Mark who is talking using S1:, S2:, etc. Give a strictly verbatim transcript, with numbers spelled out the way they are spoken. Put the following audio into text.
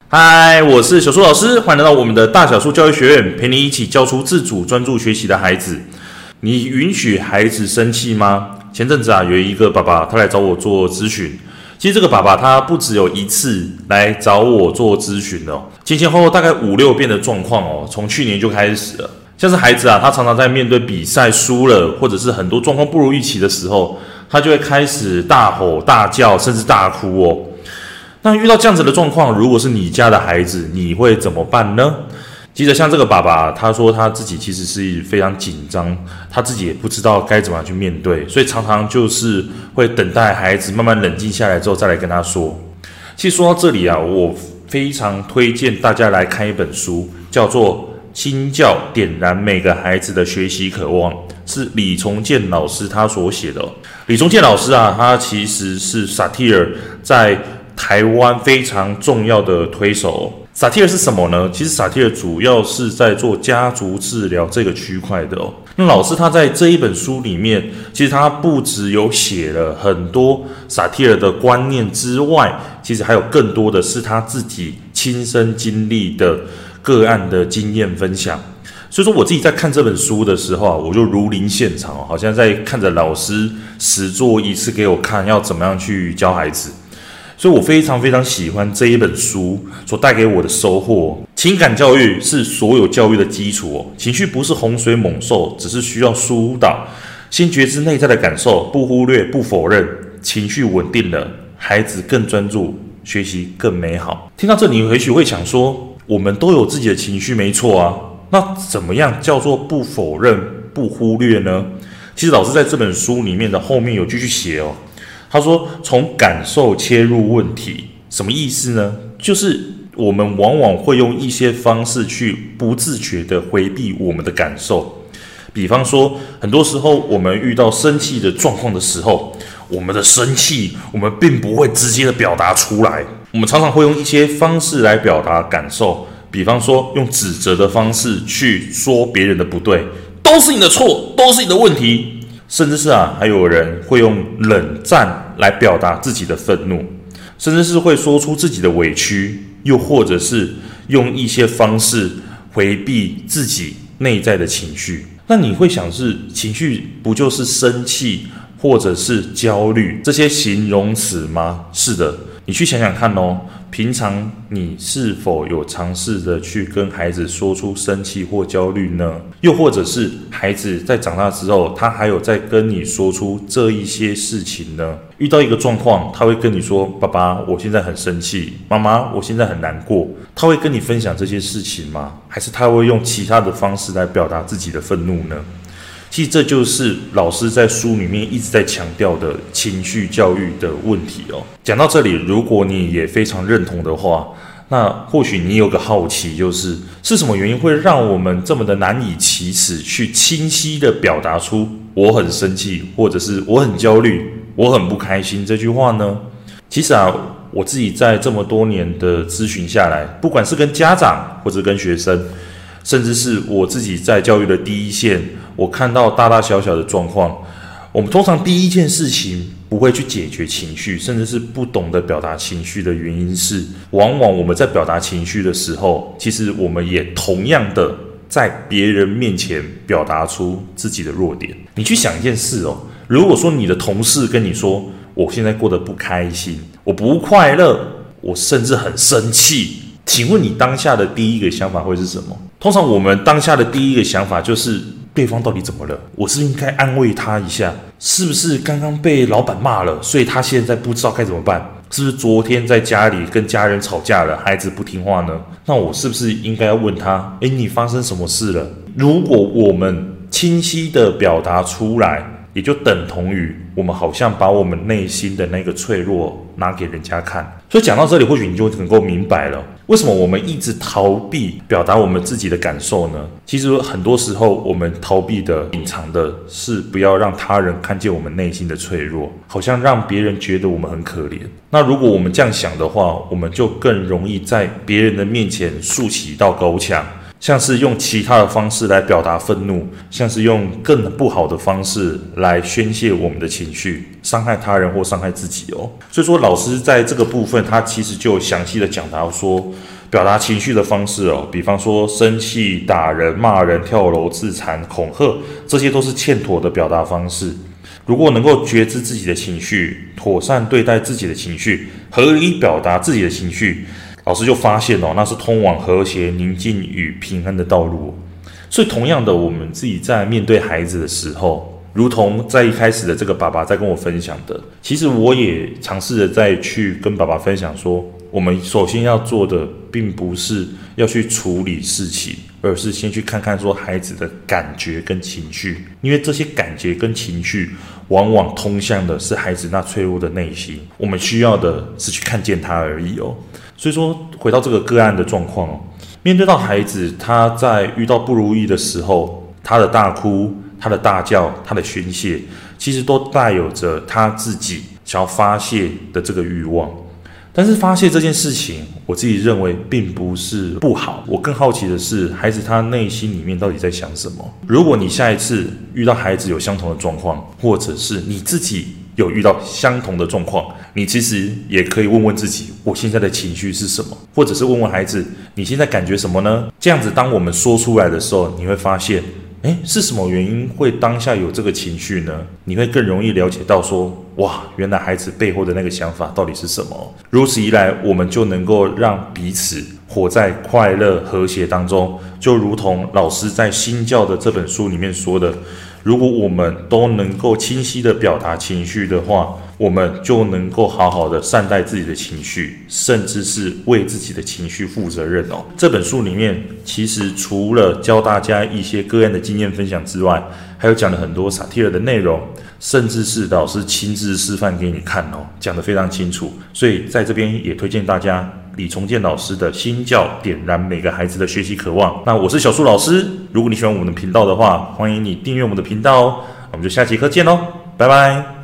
S1: 嗨，我是小苏老师，欢迎来到我们的大小苏教育学院，陪你一起教出自主专注学习的孩子。你允许孩子生气吗？前阵子啊，有一个爸爸他来找我做咨询。其实这个爸爸他不只有一次来找我做咨询哦，前前后后大概五六遍的状况哦，从去年就开始了。像是孩子啊，他常常在面对比赛输了，或者是很多状况不如预期的时候，他就会开始大吼大叫，甚至大哭哦。那遇到这样子的状况，如果是你家的孩子，你会怎么办呢？记得像这个爸爸，他说他自己其实是非常紧张，他自己也不知道该怎么样去面对，所以常常就是会等待孩子慢慢冷静下来之后再来跟他说。其实说到这里啊，我非常推荐大家来看一本书，叫做《新教点燃每个孩子的学习渴望》，是李崇建老师他所写的。李崇建老师啊，他其实是萨提尔在台湾非常重要的推手。萨提尔是什么呢？其实萨提尔主要是在做家族治疗这个区块的哦。那老师他在这一本书里面，其实他不只有写了很多萨提尔的观念之外，其实还有更多的是他自己亲身经历的个案的经验分享。所以说我自己在看这本书的时候啊，我就如临现场，好像在看着老师实作一次给我看要怎么样去教孩子。所以我非常非常喜欢这一本书所带给我的收获。情感教育是所有教育的基础哦，情绪不是洪水猛兽，只是需要疏导。先觉知内在的感受，不忽略，不否认，情绪稳定了，孩子更专注，学习更美好。听到这里，你也许会想说，我们都有自己的情绪，没错啊，那怎么样叫做不否认、不忽略呢？其实老师在这本书里面的后面有继续写哦。他说从感受切入问题，什么意思呢？就是我们往往会用一些方式去不自觉的回避我们的感受。比方说，很多时候我们遇到生气的状况的时候，我们的生气我们并不会直接的表达出来，我们常常会用一些方式来表达感受。比方说用指责的方式去说别人的不对，都是你的错，都是你的问题。甚至是啊，还有人会用冷战来表达自己的愤怒，甚至是会说出自己的委屈，又或者是用一些方式回避自己内在的情绪。那你会想是情绪不就是生气或者是焦虑这些形容词吗？是的，你去想想看哦，平常你是否有尝试着去跟孩子说出生气或焦虑呢？又或者是孩子在长大之后，他还有在跟你说出这一些事情呢？遇到一个状况，他会跟你说：“爸爸，我现在很生气；妈妈，我现在很难过。”他会跟你分享这些事情吗？还是他会用其他的方式来表达自己的愤怒呢？其实这就是老师在书里面一直在强调的情绪教育的问题哦。讲到这里，如果你也非常认同的话，那或许你有个好奇，就是是什么原因会让我们这么的难以启齿，去清晰的表达出我很生气，或者是我很焦虑，我很不开心这句话呢？其实啊，我自己在这么多年的咨询下来，不管是跟家长或者跟学生，甚至是我自己在教育的第一线，我看到大大小小的状况，我们通常第一件事情不会去解决情绪，甚至是不懂得表达情绪的原因是，往往我们在表达情绪的时候，其实我们也同样的在别人面前表达出自己的弱点。你去想一件事哦，如果说你的同事跟你说，我现在过得不开心，我不快乐，我甚至很生气，请问你当下的第一个想法会是什么？通常我们当下的第一个想法就是对方到底怎么了？我是不是应该安慰他一下？是不是刚刚被老板骂了，所以他现在不知道该怎么办？是不是昨天在家里跟家人吵架了，孩子不听话呢？那我是不是应该要问他，诶，你发生什么事了？如果我们清晰的表达出来，也就等同于我们好像把我们内心的那个脆弱拿给人家看。所以讲到这里，或许你就能够明白了，为什么我们一直逃避表达我们自己的感受呢？其实很多时候我们逃避的、隐藏的是不要让他人看见我们内心的脆弱，好像让别人觉得我们很可怜。那如果我们这样想的话，我们就更容易在别人的面前竖起一道高墙，像是用其他的方式来表达愤怒，像是用更不好的方式来宣泄我们的情绪，伤害他人或伤害自己哦。所以说老师在这个部分他其实就详细的讲到说， 表达情绪的方式哦，比方说生气、打人、骂人、跳楼、自残、恐吓，这些都是欠妥的表达方式。如果能够觉知自己的情绪，妥善对待自己的情绪，合理表达自己的情绪，老师就发现哦，那是通往和谐、宁静与平安的道路。所以同样的，我们自己在面对孩子的时候，如同在一开始的这个爸爸在跟我分享的，其实我也尝试着再去跟爸爸分享说，我们首先要做的并不是要去处理事情，而是先去看看说孩子的感觉跟情绪，因为这些感觉跟情绪往往通向的是孩子那脆弱的内心，我们需要的是去看见他而已哦。所以说回到这个个案的状况哦，面对到孩子他在遇到不如意的时候，他的大哭、他的大叫、他的宣泄，其实都带有着他自己想要发泄的这个欲望。但是发泄这件事情，我自己认为并不是不好。我更好奇的是，孩子他内心里面到底在想什么？如果你下一次遇到孩子有相同的状况，或者是你自己有遇到相同的状况，你其实也可以问问自己，我现在的情绪是什么？或者是问问孩子，你现在感觉什么呢？这样子，当我们说出来的时候，你会发现，诶，是什么原因会当下有这个情绪呢？你会更容易了解到说，哇，原来孩子背后的那个想法到底是什么？如此一来，我们就能够让彼此活在快乐和谐当中，就如同老师在新教的这本书里面说的，如果我们都能够清晰的表达情绪的话，我们就能够好好的善待自己的情绪，甚至是为自己的情绪负责任哦。这本书里面其实除了教大家一些个案的经验分享之外，还有讲了很多萨提尔的内容，甚至是老师亲自示范给你看哦，讲得非常清楚。所以在这边也推荐大家李崇建老师的新教点燃每个孩子的学习渴望。那我是小树老师，如果你喜欢我们的频道的话，欢迎你订阅我们的频道哦。我们就下节课见喽，拜拜。